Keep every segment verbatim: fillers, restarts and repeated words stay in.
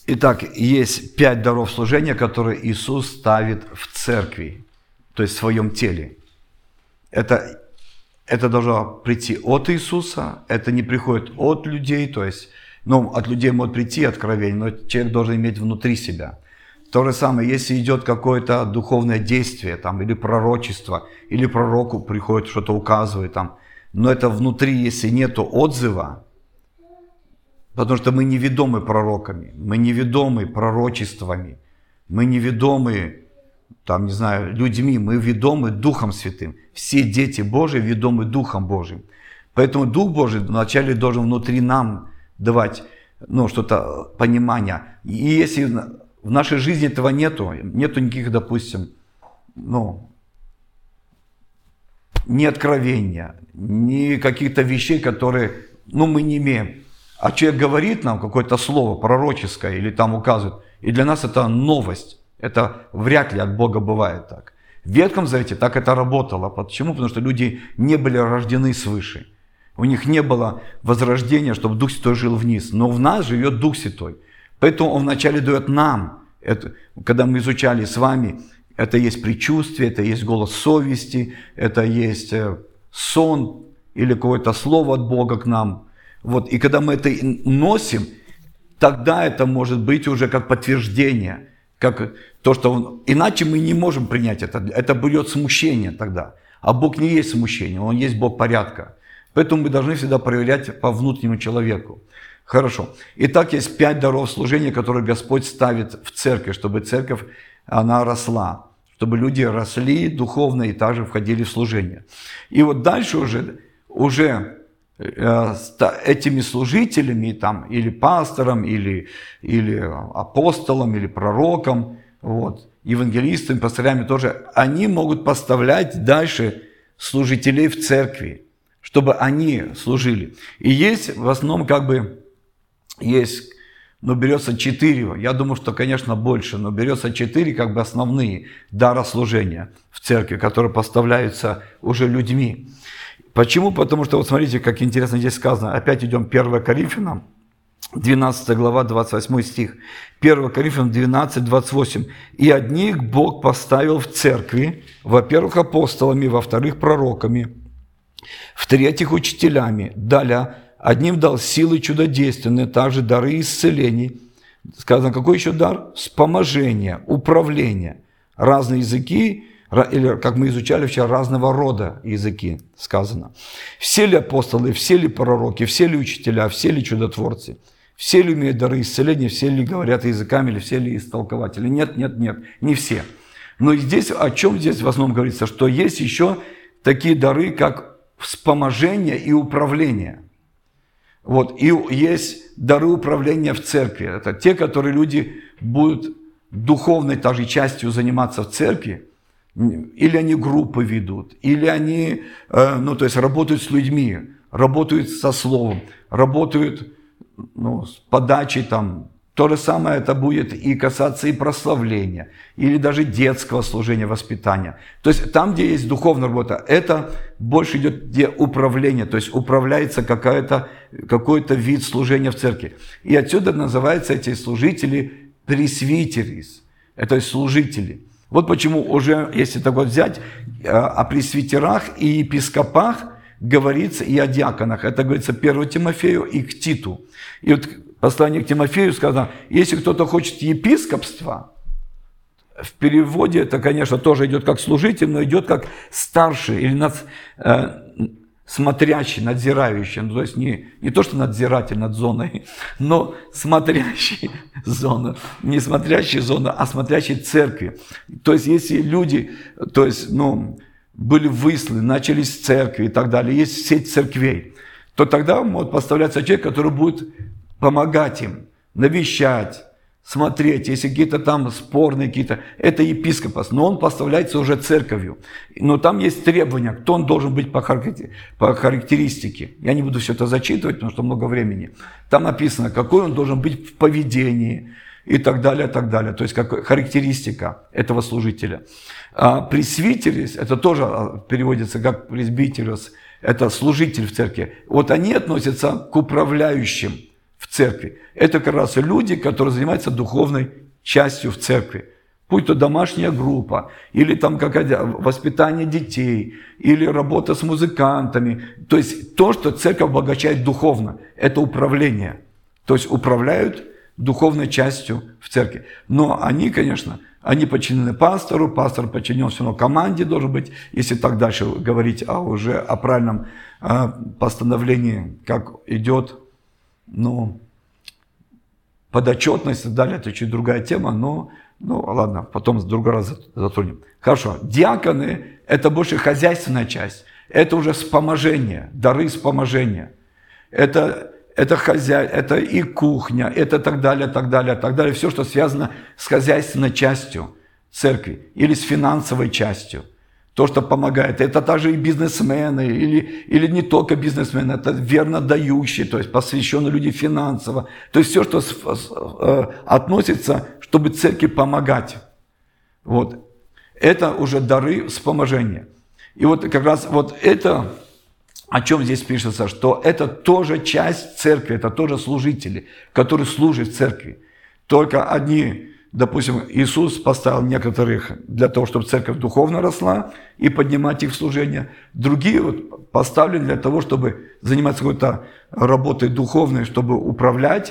Итак, есть пять даров служения, которые Иисус ставит в церкви, то есть в своем теле. Это, это должно прийти от Иисуса, это не приходит от людей, то есть, ну, от людей может прийти откровение, но человек должен иметь внутри себя. То же самое, если идет какое-то духовное действие, там, или пророчество, или пророку приходит, что-то указывает, там, но это внутри, если нет отзыва, потому что мы не ведомы пророками, мы не ведомы пророчествами, мы не ведомы, там, не знаю, людьми, мы ведомы Духом Святым. Все дети Божии ведомы Духом Божиим. Поэтому Дух Божий вначале должен внутри нам давать, ну, что-то, понимание. И если в нашей жизни этого нету, нету никаких, допустим, ну, ни откровения, ни каких-то вещей, которые, ну, мы не имеем. А человек говорит нам какое-то слово пророческое или там указывает, и для нас это новость. Это вряд ли от Бога бывает так. В Ветхом Завете так это работало. Почему? Потому что люди не были рождены свыше. У них не было возрождения, чтобы Дух Святой жил вниз. Но в нас живет Дух Святой. Поэтому Он вначале дает нам, это, когда мы изучали с вами, это есть предчувствие, это есть голос совести, это есть сон или какое-то слово от Бога к нам. Вот. И когда мы это носим, тогда это может быть уже как подтверждение, как то, что он... Иначе мы не можем принять это. Это будет смущение тогда. А Бог не есть смущение, Он есть Бог порядка. Поэтому мы должны всегда проверять по внутреннему человеку. Хорошо. Итак, есть пять даров служения, которые Господь ставит в церковь, чтобы церковь, она росла. Чтобы люди росли духовно и также входили в служение. И вот дальше уже... уже этими служителями, там, или пастором, или, или апостолом, или пророком, вот, евангелистами, пастырями тоже, они могут поставлять дальше служителей в церкви, чтобы они служили. И есть в основном как бы, есть, ну, берется четыре, я думаю, что, конечно, больше, но берется четыре как бы основные дара служения в церкви, которые поставляются уже людьми. Почему? Потому что, вот смотрите, как интересно здесь сказано. Опять идем первое Коринфянам, двенадцатая глава, двадцать восьмой стих. первое Коринфянам двенадцать, двадцать восемь. «И одних Бог поставил в церкви, во-первых, апостолами, во-вторых, пророками, в-третьих, учителями. Далее, одним дал силы чудодейственные, также дары исцелений». Сказано, какой еще дар? Вспоможение, управление, разные языки, или, как мы изучали вчера, разного рода языки, сказано. Все ли апостолы, все ли пророки, все ли учителя, все ли чудотворцы, все ли имеют дары исцеления, все ли говорят языками, или все ли истолкователи? Нет, нет, нет, не все. Но здесь, о чем здесь в основном говорится? Что есть еще такие дары, как вспоможение и управление. Вот. И есть дары управления в церкви. Это те, которые люди будут духовной также частью заниматься в церкви. Или они группы ведут, или они, ну, то есть работают с людьми, работают со словом, работают, ну, с подачей там. То же самое это будет и касаться и прославления, или даже детского служения, воспитания. То есть там, где есть духовная работа, это больше идет где управление, то есть управляется какая-то, какой-то вид служения в церкви. И отсюда называются эти служители пресвитерис, это есть служители. Вот почему уже, если так вот взять, о пресвитерах и епископах говорится и о диаконах. Это говорится первому Тимофею и к Титу. И вот послание к Тимофею сказано, если кто-то хочет епископства, в переводе это, конечно, тоже идет как служитель, но идет как старший или над, э, смотрящий, надзирающий. Ну, то есть не, не то, что надзиратель над зоной, но смотрящий зону. Не смотрящий зону, а смотрящий церкви. То есть если люди, то есть, ну, были высланы, начались с церкви и так далее, есть сеть церквей, то тогда может поставляться человек, который будет помогать им, навещать, смотреть, если какие-то там спорные какие-то, это епископос, но он поставляется уже церковью. Но там есть требования, кто он должен быть по, характер... по характеристике. Я не буду все это зачитывать, потому что много времени. Там написано, какой он должен быть в поведении и так далее, и так далее. То есть как характеристика этого служителя. А пресвитерис, это тоже переводится как пресбитерос, это служитель в церкви. Вот они относятся к управляющим в в церкви. Это как раз люди, которые занимаются духовной частью в церкви. Будь то домашняя группа, или там какое-то воспитание детей, или работа с музыкантами. То есть то, что церковь обогащает духовно, это управление. То есть управляют духовной частью в церкви. Но они, конечно, они подчинены пастору, пастор подчинен все равно команде должен быть, если так дальше говорить о, уже о правильном о постановлении, как идет, ну, подотчетность и так далее, это чуть другая тема, но, ну ладно, потом в другой раз затронем. Хорошо, диаконы – это больше хозяйственная часть, это уже вспоможение, дары вспоможения, это Это, хозяй, это и кухня, это так далее, так далее, так далее. Все, что связано с хозяйственной частью церкви или с финансовой частью. То, что помогает. Это также и бизнесмены, или, или не только бизнесмены, это верно дающие, то есть посвященные люди финансово. То есть все, что с, с, э, относится, чтобы церкви помогать. Вот. Это уже дары вспоможения. И вот как раз вот это... О чем здесь пишется, что это тоже часть церкви, это тоже служители, которые служат в церкви. Только одни, допустим, Иисус поставил некоторых для того, чтобы церковь духовно росла и поднимать их в служение. Другие вот поставлены для того, чтобы заниматься какой-то работой духовной, чтобы управлять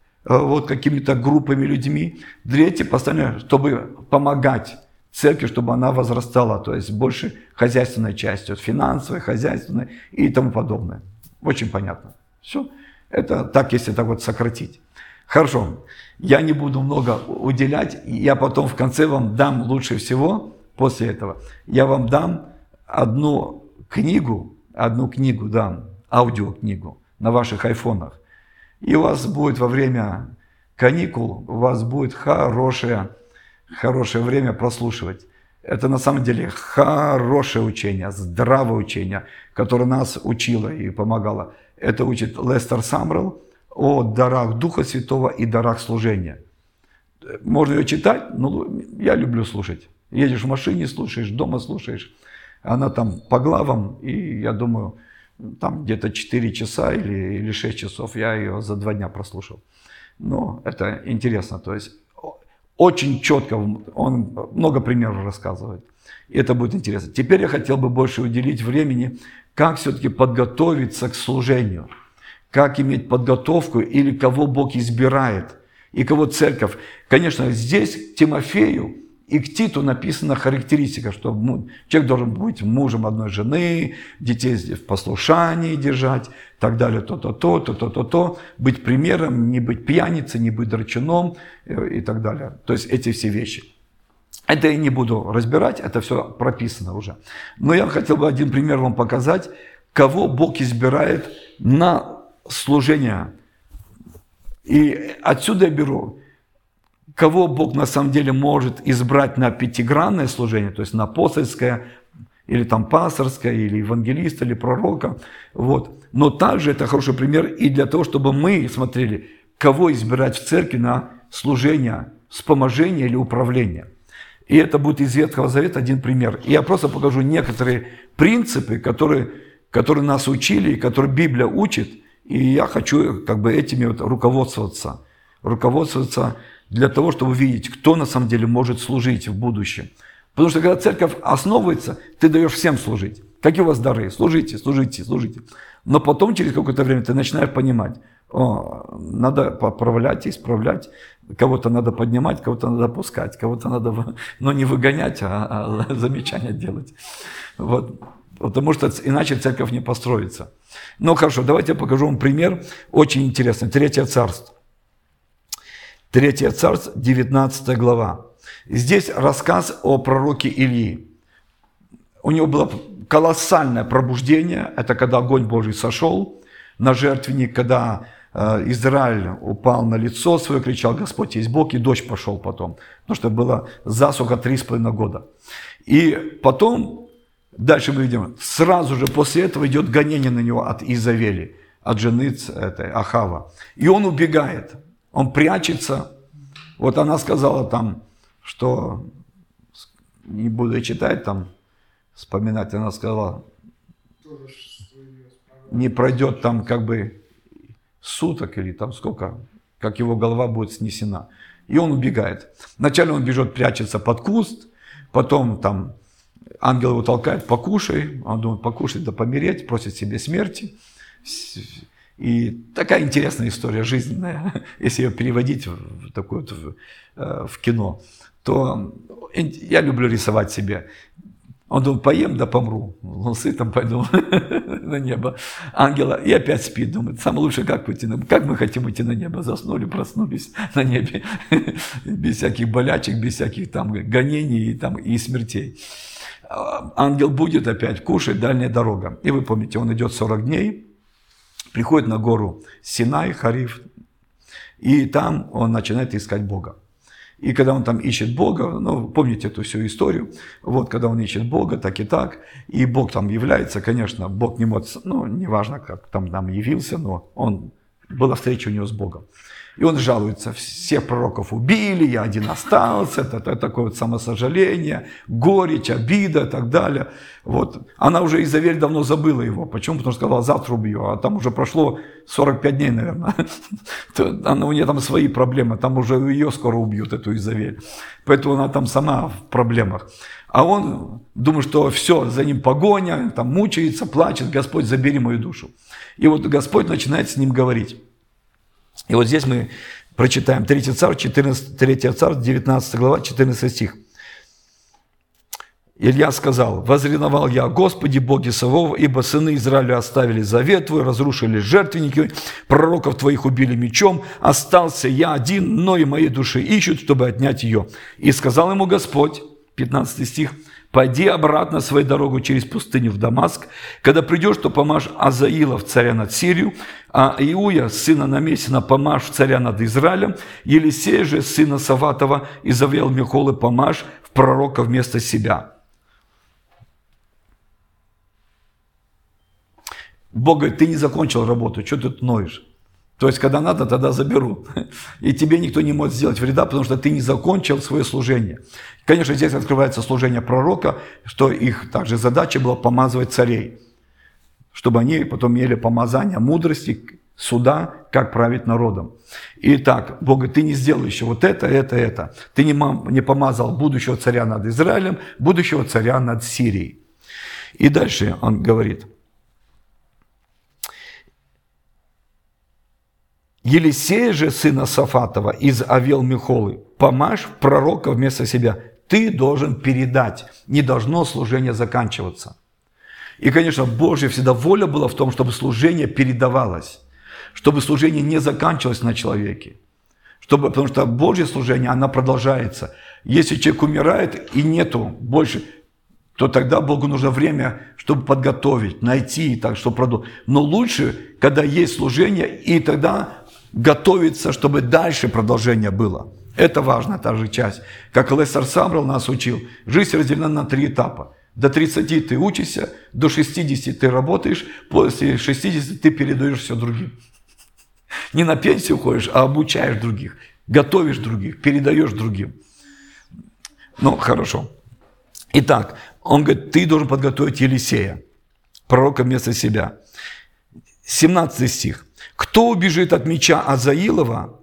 вот какими-то группами людьми. Третьи поставлены, чтобы помогать церкви, чтобы она возрастала, то есть больше хозяйственной частью, финансовой, хозяйственной и тому подобное. Очень понятно. Все. Это так, если так вот сократить. Хорошо. Я не буду много уделять. Я потом в конце вам дам лучше всего, после этого, я вам дам одну книгу, одну книгу дам, аудиокнигу на ваших айфонах. И у вас будет во время каникул, у вас будет хорошее хорошее время прослушивать. Это на самом деле хорошее учение, здравое учение, которое нас учило и помогало. Это учит Лестер Самрелл о дарах Духа Святого и дарах служения. Можно ее читать, но я люблю слушать. Едешь в машине, слушаешь, дома слушаешь. Она там по главам, и я думаю, там где-то четыре часа или, или шесть часов я ее за два дня прослушал. Но это интересно, то есть очень четко, он много примеров рассказывает. И это будет интересно. Теперь я хотел бы больше уделить времени, как все-таки подготовиться к служению, как иметь подготовку или кого Бог избирает, и кого церковь. Конечно, здесь к Тимофею и к Титу написана характеристика, что человек должен быть мужем одной жены, детей в послушании держать, так далее, то-то-то, то-то-то-то, быть примером, не быть пьяницей, не быть драчуном и так далее. То есть эти все вещи. Это я не буду разбирать, это все прописано уже. Но я хотел бы один пример вам показать, кого Бог избирает на служение. И отсюда я беру, кого Бог на самом деле может избрать на пятигранное служение, то есть на апостольское, или там пасторское, или евангелиста, или пророка. Вот. Но также это хороший пример и для того, чтобы мы смотрели, кого избирать в церкви на служение, вспоможение или управление. И это будет из Ветхого Завета один пример. И я просто покажу некоторые принципы, которые, которые нас учили, и которые Библия учит. И я хочу как бы этими вот руководствоваться. Руководствоваться для того, чтобы видеть, кто на самом деле может служить в будущем. Потому что когда церковь основывается, ты даешь всем служить. Какие у вас дары? Служите, служите, служите. Но потом через какое-то время ты начинаешь понимать, о, надо поправлять, исправлять, кого-то надо поднимать, кого-то надо опускать, кого-то надо, ну, не выгонять, а, а замечания делать. Вот. Потому что иначе церковь не построится. Ну хорошо, давайте я покажу вам пример, очень интересный. Третье царство. Третье царство, девятнадцатая глава. Здесь рассказ о пророке Илии. У него было колоссальное пробуждение. Это когда огонь Божий сошел на жертвенник, когда э, Израиль упал на лицо свое, кричал: «Господь есть Бог», и дождь пошел потом. Потому что было засуха три с половиной года. И потом, дальше мы видим, сразу же после этого идет гонение на него от Изавели, от жены этой, Ахава. И он убегает. Он прячется. Вот она сказала там, что, не буду читать там, вспоминать, она сказала, не пройдет там как бы суток или там сколько, как его голова будет снесена. И он убегает. Вначале он бежит, прячется под куст, потом там ангел его толкает: покушай. Он думает: покушать да помереть, просит себе смерти. И такая интересная история жизненная, если ее переводить в, такое вот, в, в кино, то я люблю рисовать себе. Он думает: поем да помру. Он сытым пойду на небо. Ангела и опять спит. Думает: самое лучшее, как выйти на... Как мы хотим идти на небо? Заснули, проснулись на небе. Без всяких болячек, без всяких там гонений и, там, и смертей. Ангел будет опять кушать, дальняя дорога. И вы помните, он идет сорок дней, приходит на гору Синай, Хариф, и там он начинает искать Бога. И когда он там ищет Бога, ну, помните эту всю историю, вот, когда он ищет Бога, так и так, и Бог там является, конечно, Бог не может, ну, неважно, как там нам явился, но он, была встреча у него с Богом. И он жалуется: всех пророков убили, я один остался, это, это такое вот самосожаление, горечь, обида и так далее. Вот. Она уже, Изавель, давно забыла его. Почему? Потому что сказала: завтра убью, а там уже прошло сорок пять дней, наверное. Она, у нее там свои проблемы, там уже ее скоро убьют, эту Изавель. Поэтому она там сама в проблемах. А он думает, что все, за ним погоня, там мучается, плачет: Господь, забери мою душу. И вот Господь начинает с ним говорить. И вот здесь мы прочитаем третий Царств, четырнадцатый, третий Царств, девятнадцатая глава, четырнадцатый стих. Илья сказал: «Возревновал я о Господе, Боге Савова, ибо сыны Израиля оставили завет твой, разрушили жертвенники, пророков твоих убили мечом, остался я один, но и моей души ищут, чтобы отнять ее. И сказал ему Господь», пятнадцатый стих, «Пойди обратно своей дорогу через пустыню в Дамаск. Когда придешь, то помажь Азаила в царя над Сирию, а Иуя, сына Намесина, помажь в царя над Израилем, Елисея же, сына Саватова, из Авел-Мехолы, помажь в пророка вместо себя». Бог говорит: ты не закончил работу, что ты тут ноешь? То есть, когда надо, тогда заберу. И тебе никто не может сделать вреда, потому что ты не закончил свое служение. Конечно, здесь открывается служение пророка, что их также задача была помазывать царей, чтобы они потом имели помазание мудрости, суда, как править народом. Итак, Бог говорит: ты не сделал еще вот это, это, это. Ты не, не помазал будущего царя над Израилем, будущего царя над Сирией. И дальше он говорит: Елисея же, сына Сафатова, из Авел-Мехолы, помажь пророка вместо себя. Ты должен передать, не должно служение заканчиваться. И, конечно, Божья всегда воля была в том, чтобы служение передавалось, чтобы служение не заканчивалось на человеке. Чтобы, потому что Божье служение, оно продолжается. Если человек умирает и нету больше, то тогда Богу нужно время, чтобы подготовить, найти, так, чтобы продолжить. Но лучше, когда есть служение, и тогда готовиться, чтобы дальше продолжение было. Это важная та же часть. Как Лестер Самрелл нас учил, жизнь разделена на три этапа. До тридцати ты учишься, до шестидесяти ты работаешь, после шестидесяти ты передаешь все другим. Не на пенсию ходишь, а обучаешь других, готовишь других, передаешь другим. Ну, хорошо. Итак, он говорит: ты должен подготовить Елисея, пророка вместо себя. семнадцатый стих. Кто убежит от меча Азаилова,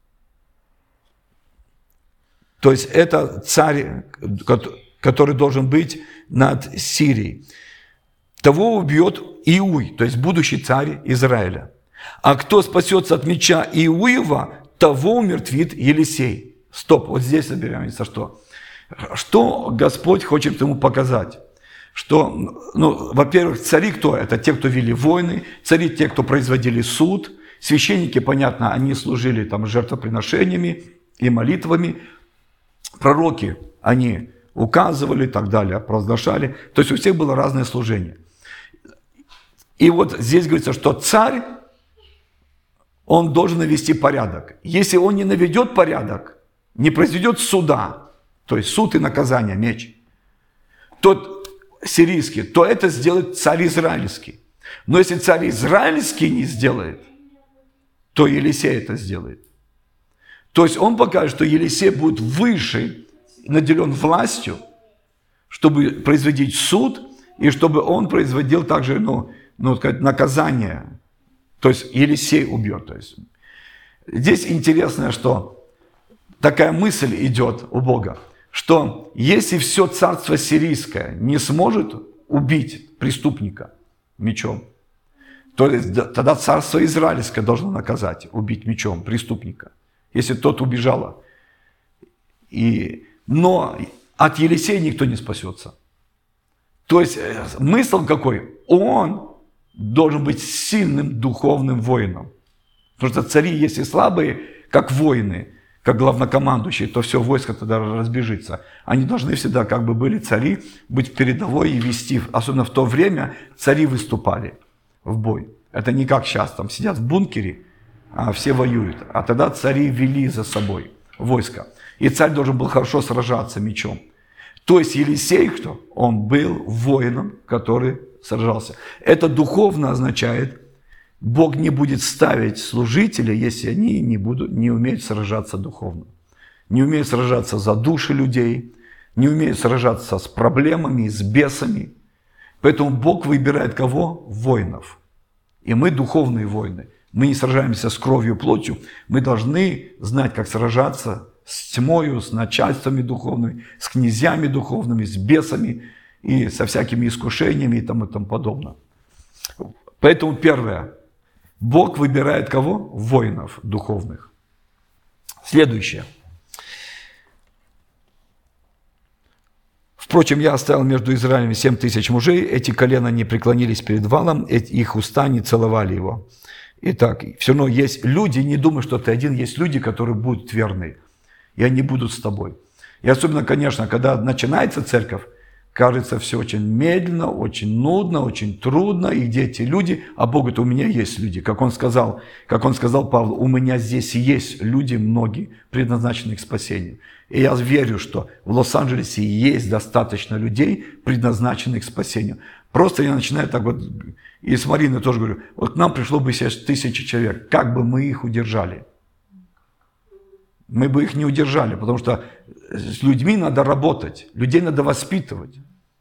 то есть это царь, который должен быть над Сирией, того убьет Иуй, то есть будущий царь Израиля. А кто спасется от меча Иуева, того умертвит Елисей. Стоп, вот здесь соберемся, что? Что Господь хочет ему показать? Что, ну, во-первых, цари кто? Это те, кто вели войны, цари те, кто производили суд, священники, понятно, они служили там жертвоприношениями и молитвами, пророки, они указывали и так далее, провозглашали, то есть у всех было разное служение. И вот здесь говорится, что царь, он должен навести порядок. Если он не наведет порядок, не произведет суда, то есть суд и наказание, меч, тот сирийский, то это сделает царь израильский. Но если царь израильский не сделает, то Елисей это сделает. То есть он покажет, что Елисей будет выше, наделен властью, чтобы производить суд, и чтобы он производил также, ну, ну, наказание То есть Елисей убьет. То есть. Здесь интересно, что такая мысль идет у Бога, что если все царство сирийское не сможет убить преступника мечом, то есть тогда царство израильское должно наказать, убить мечом преступника, если тот убежал. И, но от Елисея никто не спасется. То есть смысл какой? Он должен быть сильным духовным воином. Потому что цари, если слабые, как воины, как главнокомандующие, то все войско тогда разбежится. Они должны всегда, как бы были цари, быть передовой и вести. Особенно в то время цари выступали в бой. Это не как сейчас, там сидят в бункере, а все воюют. А тогда цари вели за собой войско. И царь должен был хорошо сражаться мечом. То есть Елисей, кто? Он был воином, который сражался. Это духовно означает, Бог не будет ставить служителя, если они не, будут, не умеют сражаться духовно. Не умеют сражаться за души людей, не умеют сражаться с проблемами, с бесами. Поэтому Бог выбирает кого? Воинов. И мы духовные воины. Мы не сражаемся с кровью, плотью. Мы должны знать, как сражаться с тьмою, с начальствами духовными, с князьями духовными, с бесами и со всякими искушениями и тому, и тому подобное. Поэтому первое. Бог выбирает кого? Воинов духовных. Следующее. Впрочем, я оставил между Израилем семь тысяч мужей, эти колена не преклонились перед валом, их уста не целовали его. Итак, все равно есть люди, не думай, что ты один, есть люди, которые будут верны, и они будут с тобой. И особенно, конечно, когда начинается церковь, кажется все очень медленно, очень нудно, очень трудно, и где эти люди, а Бог говорит, у меня есть люди, как он сказал, как он сказал Павлу, у меня здесь есть люди многие, предназначенные к спасению. И я верю, что в Лос-Анджелесе есть достаточно людей, предназначенных к спасению. Просто я начинаю так вот, и с Мариной тоже говорю, вот к нам пришло бы сейчас тысячи человек, как бы мы их удержали? Мы бы их не удержали, потому что с людьми надо работать, людей надо воспитывать.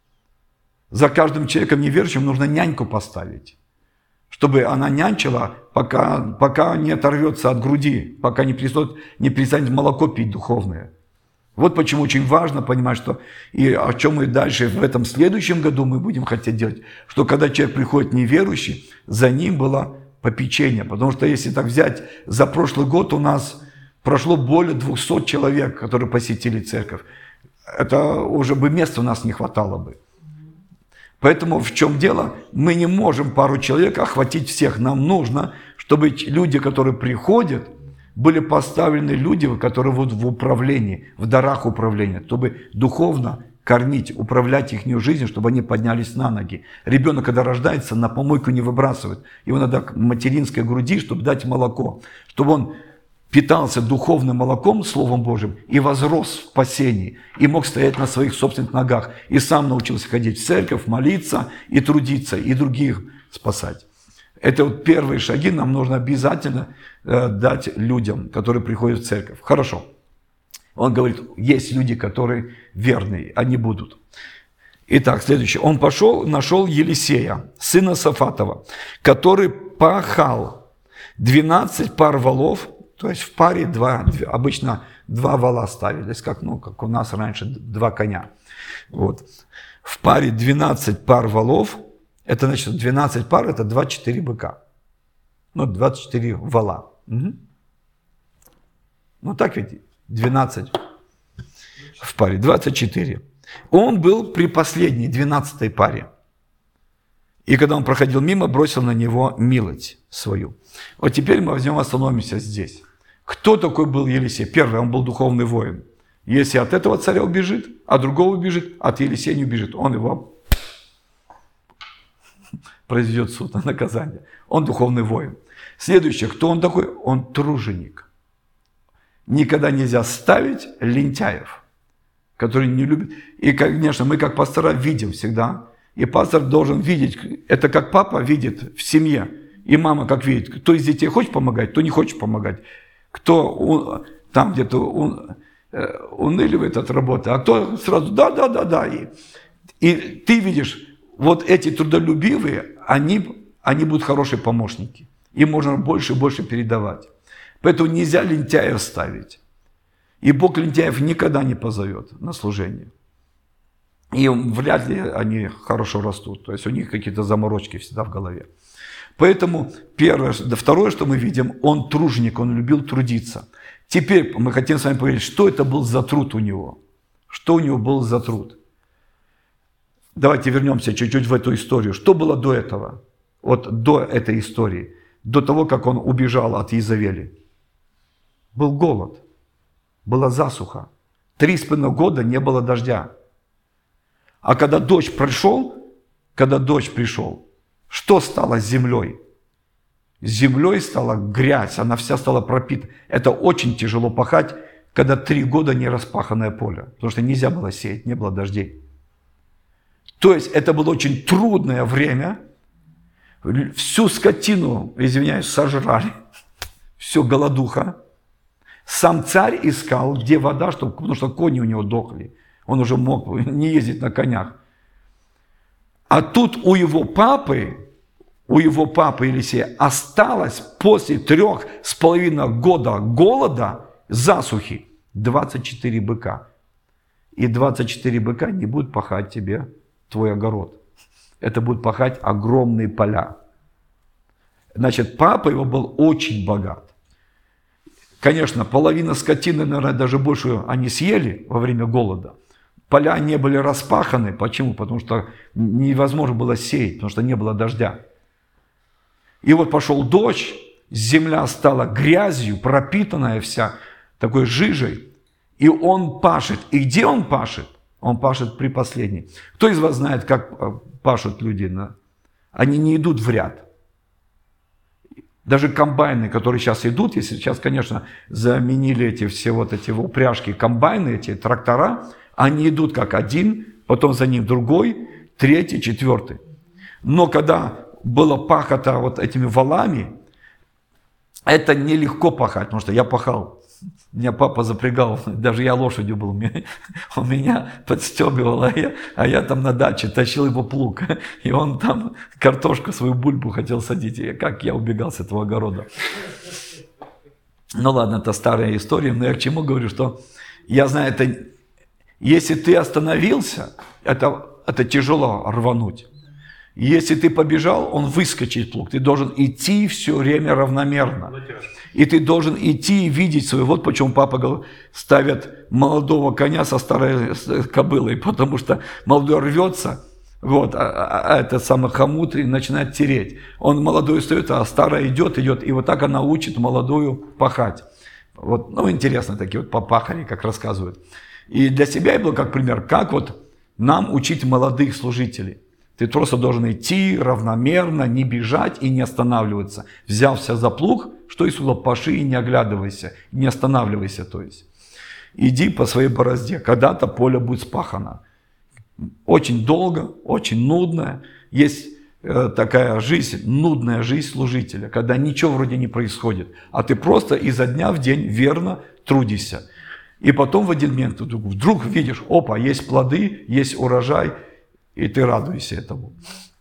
За каждым человеком неверующим нужно няньку поставить, чтобы она нянчила, пока, пока не оторвется от груди, пока не перестанет, не перестанет молоко пить духовное. Вот почему очень важно понимать, что и о чем мы дальше в этом следующем году мы будем хотеть делать, что когда человек приходит неверующий, за ним было попечение. Потому что если так взять, за прошлый год у нас прошло более двухсот человек, которые посетили церковь. Это уже бы места у нас не хватало бы. Поэтому в чем дело? Мы не можем пару человек охватить всех. Нам нужно, чтобы люди, которые приходят, были поставлены люди, которые вот в управлении, в дарах управления, чтобы духовно кормить, управлять их жизнью, чтобы они поднялись на ноги. Ребенок, когда рождается, на помойку не выбрасывают. Его надо к материнской груди, чтобы дать молоко, чтобы он питался духовным молоком, Словом Божьим, и возрос в спасении, и мог стоять на своих собственных ногах, и сам научился ходить в церковь, молиться и трудиться, и других спасать. Это вот первые шаги нам нужно обязательно э, дать людям, которые приходят в церковь. Хорошо. Он говорит, есть люди, которые верные, они будут. Итак, следующее. Он пошел, нашел Елисея, сына Сафатова, который пахал двенадцать пар валов, то есть в паре два, обычно два вала ставились, как, ну, как у нас раньше два коня. Вот. В паре двенадцать пар валов, это значит двенадцать пар, это двадцать четыре быка. Ну, двадцать четыре вала. Угу. Ну, так ведь двенадцать в паре, двадцать четыре. Он был при последней, двенадцатой паре. И когда он проходил мимо, бросил на него милость свою. Вот теперь мы возьмем, остановимся здесь. Кто такой был Елисей? Первый, он был духовный воин. Если от этого царя убежит, от другого убежит, от Елисея не убежит. Он его произведет суд на наказание. Он духовный воин. Следующее, кто он такой? Он труженик. Никогда нельзя ставить лентяев, которые не любят. И, конечно, мы как пастора видим всегда. И пастор должен видеть, это как папа видит в семье. И мама как видит, кто из детей хочет помогать, кто не хочет помогать. Кто там где-то он, уныливает от работы, а кто сразу да-да-да-да. И, и ты видишь, вот эти трудолюбивые, они, они будут хорошие помощники. И можно больше и больше передавать. Поэтому нельзя лентяев ставить. И Бог лентяев никогда не позовет на служение. И вряд ли они хорошо растут. То есть у них какие-то заморочки всегда в голове. Поэтому первое, да, второе, что мы видим, он труженик, он любил трудиться. Теперь мы хотим с вами поговорить, что это был за труд у него. Что у него был за труд. Давайте вернемся чуть-чуть в эту историю. Что было до этого? Вот до этой истории. До того, как он убежал от Иезавели. Был голод. Была засуха. Три с половиной года не было дождя. А когда дождь пришел, когда дождь пришел, что стало с землей? С землей стала грязь, она вся стала пропита. Это очень тяжело пахать, когда три года не распаханное поле. Потому что нельзя было сеять, не было дождей. То есть это было очень трудное время. Всю скотину, извиняюсь, сожрали. Все, голодуха. Сам царь искал, где вода, чтобы, потому что кони у него дохли. Он уже мог не ездить на конях. А тут у его папы, у его папы Елисея осталось после трех с половиной года голода, засухи, двадцать четыре быка. И двадцать четыре быка не будут пахать тебе твой огород. Это будут пахать огромные поля. Значит, папа его был очень богат. Конечно, половина скотины, наверное, даже больше они съели во время голода. Поля не были распаханы. Почему? Потому что невозможно было сеять, потому что не было дождя. И вот пошел дождь, земля стала грязью, пропитанная вся такой жижей. И он пашет. И где он пашет? Он пашет при последней. Кто из вас знает, как пашут люди? Они не идут в ряд. Даже комбайны, которые сейчас идут, если сейчас, конечно, заменили эти все вот эти упряжки, комбайны, эти трактора, они идут как один, потом за ним другой, третий, четвертый. Но когда было пахота вот этими валами, это нелегко пахать, потому что я пахал. Меня папа запрягал, даже я лошадью был, он меня подстебывал, а я, а я там на даче тащил его плуг, и он там картошку, свою бульбу хотел садить, и как я убегал с этого огорода. Ну ладно, это старая история, но я к чему говорю, что я знаю, это, если ты остановился, это, это тяжело рвануть. Если ты побежал, он выскочит плуг. Ты должен идти все время равномерно. И ты должен идти и видеть свой. Вот почему папа говорит, ставят молодого коня со старой кобылой, потому что молодой рвется, вот, а, а этот самый хомут и начинает тереть. Он молодой стоит, а старая идет, идет, и вот так она учит молодую пахать. Вот, ну, интересно, такие вот попахали, как рассказывают. И для себя я был как пример, как вот нам учить молодых служителей. Ты просто должен идти равномерно, не бежать и не останавливаться. Взялся за плуг, что Иисус сказал, паши и не оглядывайся, не останавливайся, то есть. Иди по своей борозде, когда-то поле будет спахано. Очень долго, очень нудно. Есть э, такая жизнь, нудная жизнь служителя, когда ничего вроде не происходит, а ты просто изо дня в день верно трудишься. И потом в один момент вдруг, вдруг видишь, опа, есть плоды, есть урожай, и ты радуешься этому.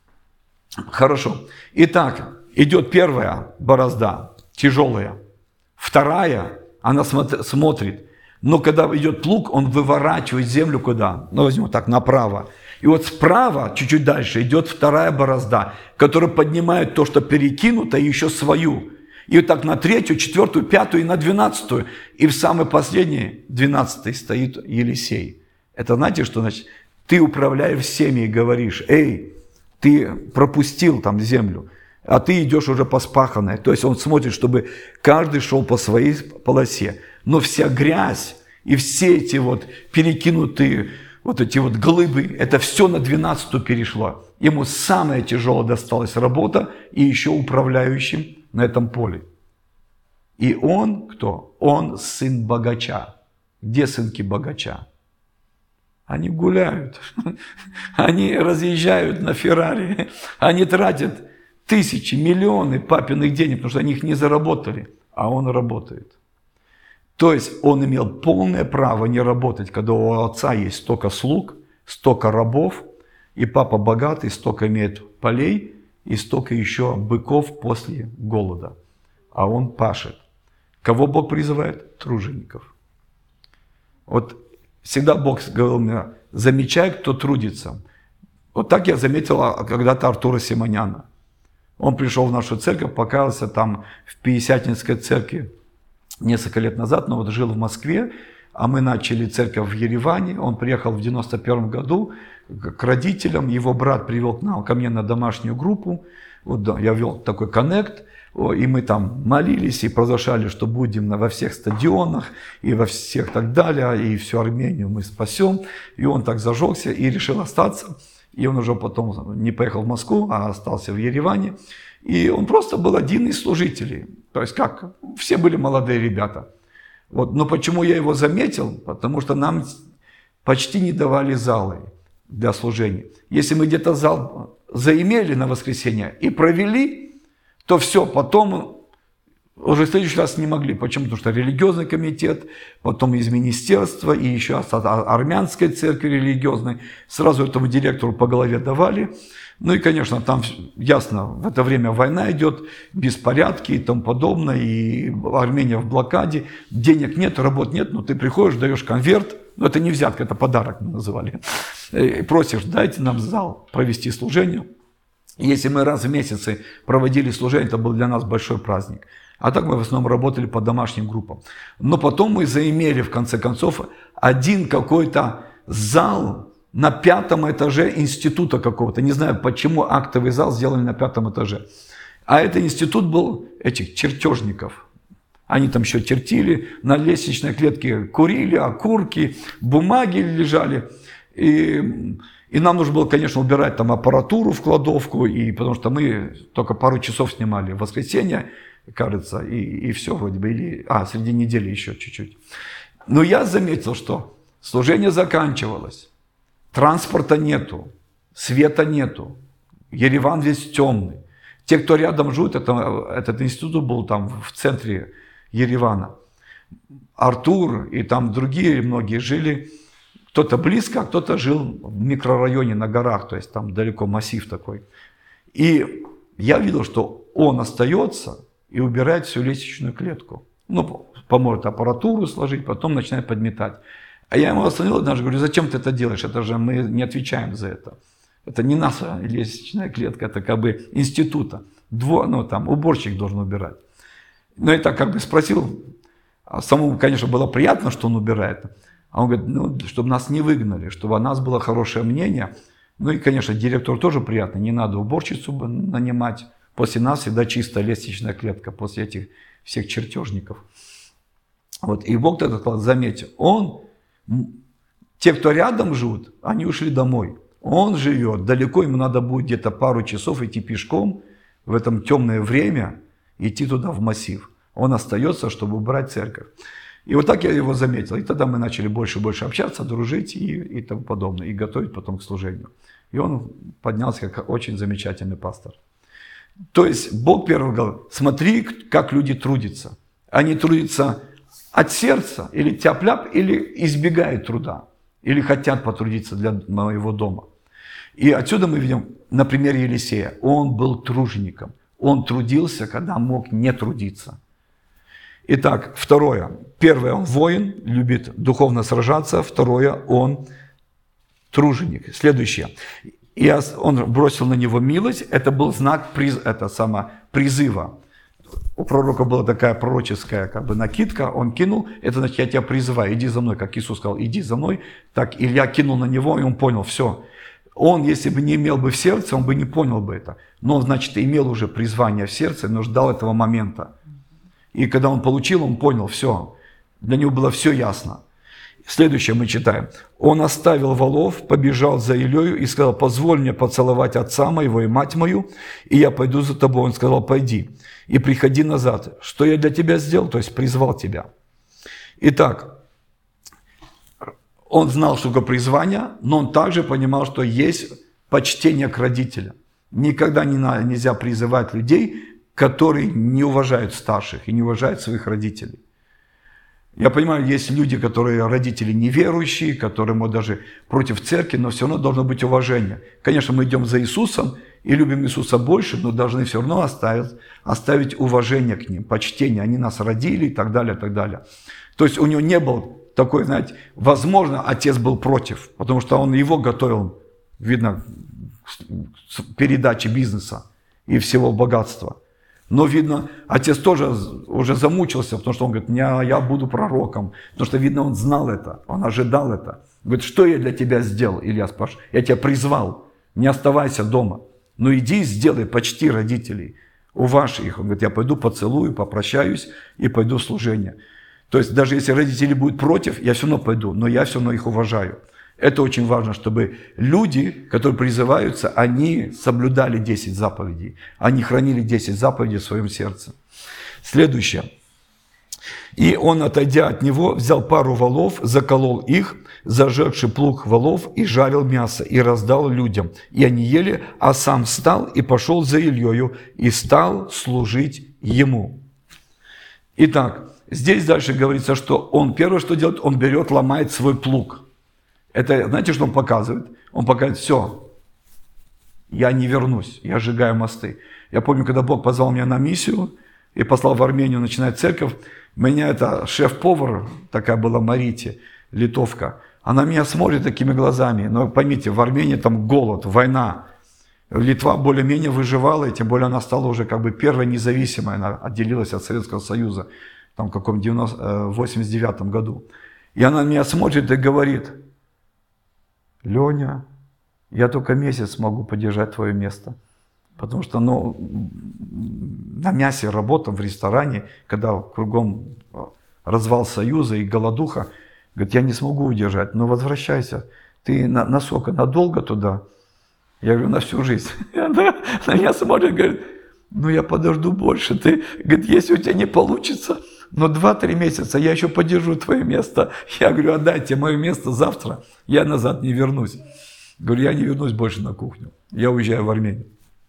Хорошо. Итак, идет первая борозда, тяжелая. Вторая, она смотрит. Но когда идет плуг, он выворачивает землю куда? Ну, возьмем так, направо. И вот справа, чуть-чуть дальше, идет вторая борозда, которая поднимает то, что перекинуто, и еще свою. И вот так на третью, четвертую, пятую и на двенадцатую. И в самой последней, двенадцатой, стоит Елисей. Это знаете, что значит? Ты управляешь всеми и говоришь, эй, ты пропустил там землю, а ты идешь уже по спаханной. То есть он смотрит, чтобы каждый шел по своей полосе. Но вся грязь и все эти вот перекинутые вот эти вот глыбы, это все на двенадцатую перешло. Ему самая тяжелая досталась работа и еще управляющим на этом поле. И он кто? Он сын богача. Где сынки богача? Они гуляют, они разъезжают на Феррари, они тратят тысячи, миллионы папиных денег, потому что они их не заработали, а он работает. То есть он имел полное право не работать, когда у отца есть столько слуг, столько рабов, и папа богатый, столько имеет полей, и столько еще быков после голода. А он пашет. Кого Бог призывает? Тружеников. Вот всегда Бог говорил мне, замечай, кто трудится. Вот так я заметил когда-то Артура Симоняна. Он пришел в нашу церковь, покаялся там в Пятидесятнической церкви несколько лет назад, но вот жил в Москве, а мы начали церковь в Ереване. Он приехал в девяносто первом году к родителям, его брат привел к нам, ко мне на домашнюю группу. Вот, да, я вел такой коннект, и мы там молились и провозглашали, что будем во всех стадионах и во всех так далее, и всю Армению мы спасем. И он так зажегся и решил остаться. И он уже потом не поехал в Москву, а остался в Ереване. И он просто был один из служителей. То есть как? Все были молодые ребята. Вот. Но почему я его заметил? Потому что нам почти не давали залы для служения. Если мы где-то зал заимели на воскресенье и провели, то все, потом уже в следующий раз не могли. Почему? Потому что религиозный комитет, потом из министерства и еще от армянской церкви религиозной. Сразу этому директору по голове давали. Ну и, конечно, там ясно, в это время война идет, беспорядки и тому подобное, и Армения в блокаде, денег нет, работ нет, но ты приходишь, даешь конверт, но это не взятка, это подарок мы называли, и просишь, дайте нам зал провести служение. Если мы раз в месяц проводили служение, это был для нас большой праздник. А так мы в основном работали по домашним группам. Но потом мы заимели, в конце концов, один какой-то зал на пятом этаже института какого-то. Не знаю, почему актовый зал сделали на пятом этаже. А этот институт был этих чертежников. Они там еще чертили, на лестничной клетке курили, окурки, бумаги лежали. И, и нам нужно было, конечно, убирать там аппаратуру в кладовку, и, потому что мы только пару часов снимали в воскресенье, кажется, и, и все вроде бы. Или, а, среди недели еще чуть-чуть. Но я заметил, что служение заканчивалось. Транспорта нету, света нету, Ереван весь темный. Те, кто рядом живут, это, этот институт был там в центре Еревана. Артур и там другие многие жили, кто-то близко, а кто-то жил в микрорайоне на горах, то есть там далеко массив такой. И я видел, что он остается и убирает всю лестничную клетку. Ну, поможет аппаратуру сложить, потом начинает подметать. А я ему остановил однажды, говорю, зачем ты это делаешь? Это же мы не отвечаем за это. Это не наша лестничная клетка, это как бы института. Дво, ну, там, уборщик должен убирать. Но я так как бы спросил, а самому, конечно, было приятно, что он убирает. А он говорит, ну, чтобы нас не выгнали, чтобы о нас было хорошее мнение. Ну и, конечно, директору тоже приятно, не надо уборщицу нанимать. После нас всегда чистая лестничная клетка, после этих всех чертежников. Вот. И Бог тогда сказал, заметьте, он... Те, кто рядом живут, они ушли домой. Он живет далеко, ему надо будет где-то пару часов идти пешком в этом темное время, идти туда в массив. Он остается, чтобы убрать церковь. И вот так я его заметил. И тогда мы начали больше и больше общаться, дружить и, и тому подобное. И готовить потом к служению. И он поднялся как очень замечательный пастор. То есть Бог первый говорил, смотри, как люди трудятся. Они трудятся от сердца, или тяп-ляп, или избегают труда, или хотят потрудиться для моего дома. И отсюда мы видим на примере Елисея. Он был тружеником. Он трудился, когда мог не трудиться. Итак, второе. Первое, он воин, любит духовно сражаться. Второе, он труженик. Следующее. И он бросил на него милость. Это был знак приз, это само, призыва. У пророка была такая пророческая как бы накидка, он кинул, это значит, я тебя призываю, иди за мной, как Иисус сказал, иди за мной. Так Илья кинул на него, и он понял, все. Он, если бы не имел бы в сердце, он бы не понял бы это. Но он, значит, имел уже призвание в сердце, но ждал этого момента. И когда он получил, он понял, все. Для него было все ясно. Следующее мы читаем. Он оставил волов, побежал за Илею и сказал, позволь мне поцеловать отца моего и мать мою, и я пойду за тобой. Он сказал, пойди и приходи назад. Что я для тебя сделал? То есть призвал тебя. Итак, он знал, что такое призвание, но он также понимал, что есть почтение к родителям. Никогда не надо, нельзя призывать людей, которые не уважают старших и не уважают своих родителей. Я понимаю, есть люди, которые родители неверующие, которые, может, даже против церкви, но все равно должно быть уважение. Конечно, мы идем за Иисусом, и любим Иисуса больше, но должны все равно оставить, оставить уважение к ним, почтение. Они нас родили и так далее, и так далее. То есть у него не было такой, знаете, возможно, отец был против, потому что он его готовил, видно, к передаче бизнеса и всего богатства. Но, видно, отец тоже уже замучился, потому что он говорит, я, я буду пророком. Потому что, видно, он знал это, он ожидал это. Говорит, что я для тебя сделал? Илья спрашивает, я тебя призвал, не оставайся дома. Ну иди, сделай, почти родителей, уважь их. Он говорит, я пойду поцелую, попрощаюсь и пойду в служение. То есть даже если родители будут против, я все равно пойду, но я все равно их уважаю. Это очень важно, чтобы люди, которые призываются, они соблюдали десять заповедей. Они хранили десять заповедей в своем сердце. Следующее. И он, отойдя от него, взял пару волов, заколол их, зажегший плуг волов, и жарил мясо, и раздал людям. И они ели, а сам встал и пошел за Ильею, и стал служить ему. Итак, здесь дальше говорится, что он первое, что делает, он берет, ломает свой плуг. Это, знаете, что он показывает? Он показывает, все, я не вернусь, я сжигаю мосты. Я помню, когда Бог позвал меня на миссию и послал в Армению начинать церковь, меня это шеф-повар, такая была Марите, литовка, она меня смотрит такими глазами. Но поймите, в Армении там голод, война. Литва более-менее выживала, и тем более она стала уже как бы первой независимой, она отделилась от Советского Союза там в каком восемьдесят девятом году. И она на меня смотрит и говорит, Леня, я только месяц могу поддержать твое место. Потому что ну, на мясе работам в ресторане, когда кругом развал Союза и голодуха, говорит, я не смогу удержать, но возвращайся. Ты на, насколько, надолго туда? Я говорю, на всю жизнь. И она на меня смотрит, говорит, ну я подожду больше. Ты, говорит, если у тебя не получится, но два-три месяца я еще поддержу твое место. Я говорю, отдайте мое место завтра, я назад не вернусь. Говорю, я не вернусь больше на кухню, я уезжаю в Армению.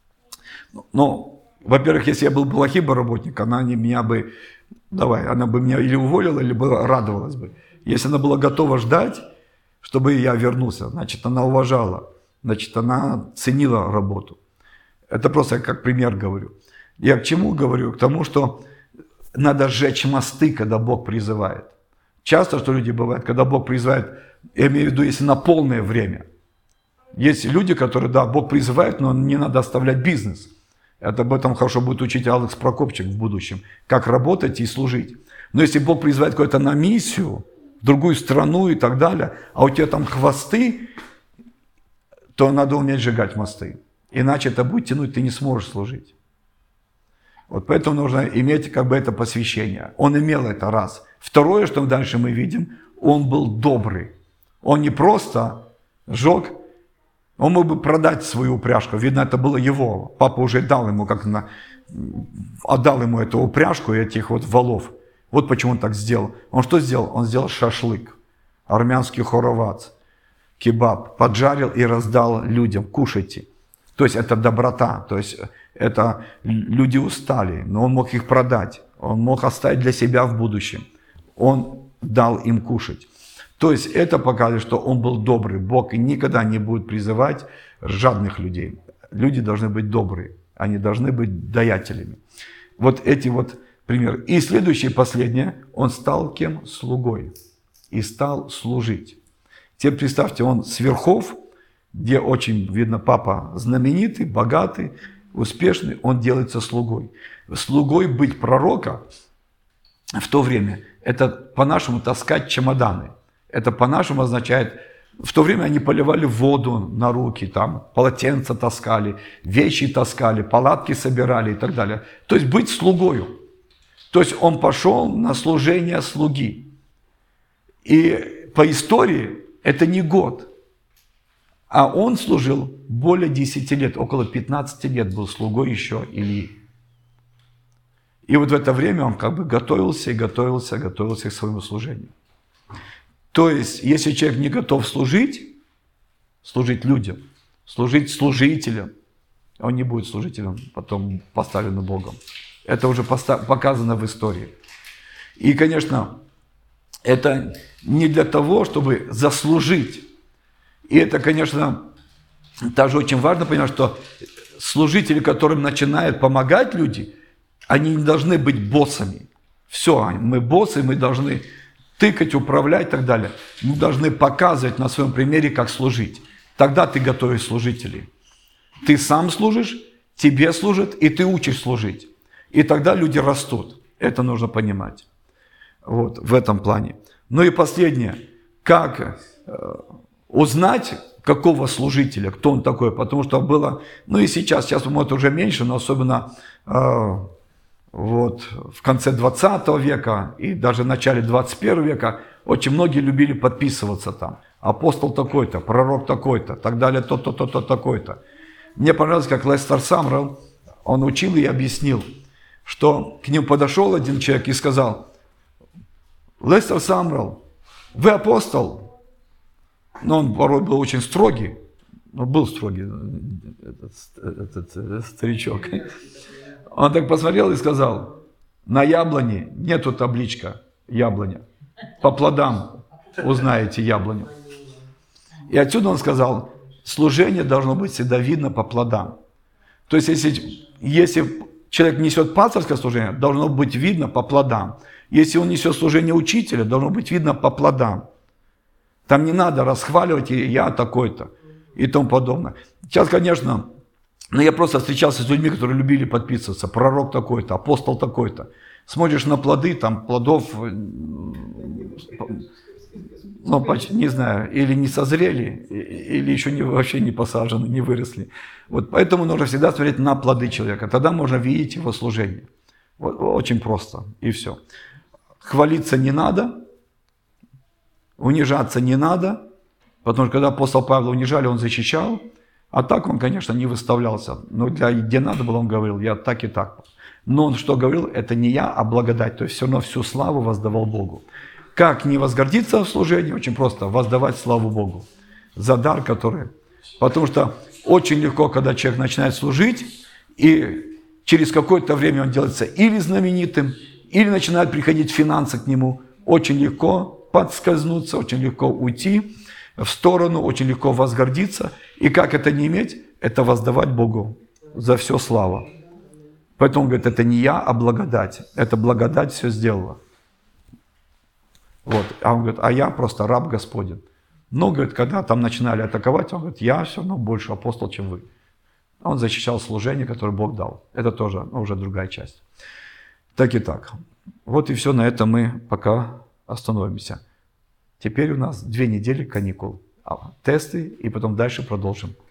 Ну, во-первых, если я был плохим работником, она не меня бы, давай, она бы меня или уволила, или бы радовалась бы. Если она была готова ждать, чтобы я вернулся, значит, она уважала, значит, она ценила работу. Это просто как пример говорю. Я к чему говорю? К тому, что надо сжечь мосты, когда Бог призывает. Часто, что люди бывают, когда Бог призывает, я имею в виду, если на полное время. Есть люди, которые, да, Бог призывает, но не надо оставлять бизнес. Это об этом хорошо будет учить Алекс Прокопчик в будущем. Как работать и служить. Но если Бог призывает кого-то на миссию, в другую страну и так далее, а у тебя там хвосты, то надо уметь сжигать мосты. Иначе это будет тянуть, ты не сможешь служить. Вот поэтому нужно иметь как бы это посвящение. Он имел это раз. Второе, что дальше мы видим, он был добрый. Он не просто сжег, он мог бы продать свою упряжку. Видно, это было его. Папа уже дал ему, как на, отдал ему эту упряжку и этих вот волов. Вот почему он так сделал. Он что сделал? Он сделал шашлык, армянский хоровац, кебаб, поджарил и раздал людям. Кушайте. То есть это доброта. То есть это люди устали, но он мог их продать. Он мог оставить для себя в будущем. Он дал им кушать. То есть это показывает, что он был добрый. Бог никогда не будет призывать жадных людей. Люди должны быть добрые. Они должны быть даятелями. Вот эти вот примеры. И следующее, последнее. Он стал кем? Слугой. И стал служить. Теперь представьте, он с верхов, где очень, видно, папа знаменитый, богатый, успешный, он делается слугой. Слугой быть пророка в то время, это по-нашему таскать чемоданы. Это по-нашему означает, в то время они поливали воду на руки, там, полотенца таскали, вещи таскали, палатки собирали и так далее. То есть быть слугою. То есть он пошел на служение слуги. И по истории это не год. А он служил более десяти лет, около пятнадцати лет был слугой еще Ильи. И вот в это время он как бы готовился и готовился, готовился к своему служению. То есть, если человек не готов служить, служить людям, служить служителям, он не будет служителем, потом поставленным Богом. Это уже показано в истории. И, конечно, это не для того, чтобы заслужить. И это, конечно, также очень важно понимать, что служители, которым начинают помогать люди, они не должны быть боссами. Все, мы боссы, мы должны тыкать, управлять и так далее. Мы должны показывать на своем примере, как служить. Тогда ты готовишь служителей. Ты сам служишь, тебе служат, и ты учишь служить. И тогда люди растут. Это нужно понимать. Вот, в этом плане. Ну и последнее. Как э, узнать, какого служителя, кто он такой? Потому что было, ну и сейчас, сейчас, может, уже меньше, но особенно э, вот, в конце двадцатого века и даже в начале двадцать первого века очень многие любили подписываться там. Апостол такой-то, пророк такой-то, так далее, то-то, то-то, такой-то. Мне понравилось, как Лестер Самрелл, он учил и объяснил, что к нему подошел один человек и сказал: Лестер Самрелл, вы апостол? Но он порой был очень строгий, но был строгий этот, этот, этот старичок. Он так посмотрел и сказал: на яблоне нету табличка яблоня, по плодам узнаете яблоню. И отсюда он сказал: служение должно быть всегда видно по плодам. То есть, если, если человек несет пасторское служение, должно быть видно по плодам. Если он несет служение учителя, должно быть видно по плодам. Там не надо расхваливать, и я такой-то, и тому подобное. Сейчас, конечно, но я просто встречался с людьми, которые любили подписываться. Пророк такой-то, апостол такой-то. Смотришь на плоды, там плодов, ну, почти, не знаю, или не созрели, или еще не, вообще не посажены, не выросли. Вот поэтому нужно всегда смотреть на плоды человека. Тогда можно видеть его служение. Вот, очень просто, и все. Хвалиться не надо, унижаться не надо, потому что когда апостол Павла унижали, он защищал, а так он, конечно, не выставлялся. Но для, где надо было, он говорил: я так и так. Но он что говорил? Это не я, а благодать. То есть все равно всю славу воздавал Богу. Как не возгордиться в служении? Очень просто. Воздавать славу Богу за дар, который... Потому что очень легко, когда человек начинает служить, и через какое-то время он делается или знаменитым, или начинают приходить финансы к нему. Очень легко подскользнуться, очень легко уйти в сторону, очень легко возгордиться. И как это не иметь? Это воздавать Богу за все славу. Поэтому он говорит: это не я, а благодать. Это благодать все сделала. Вот. А он говорит: а я просто раб Господень. Но, говорит, когда там начинали атаковать, он говорит: я все равно больше апостол, чем вы. Он защищал служение, которое Бог дал. Это тоже, ну, уже другая часть. Так и так. Вот и все, на этом мы пока остановимся. Теперь у нас две недели каникул, тесты, и потом дальше продолжим.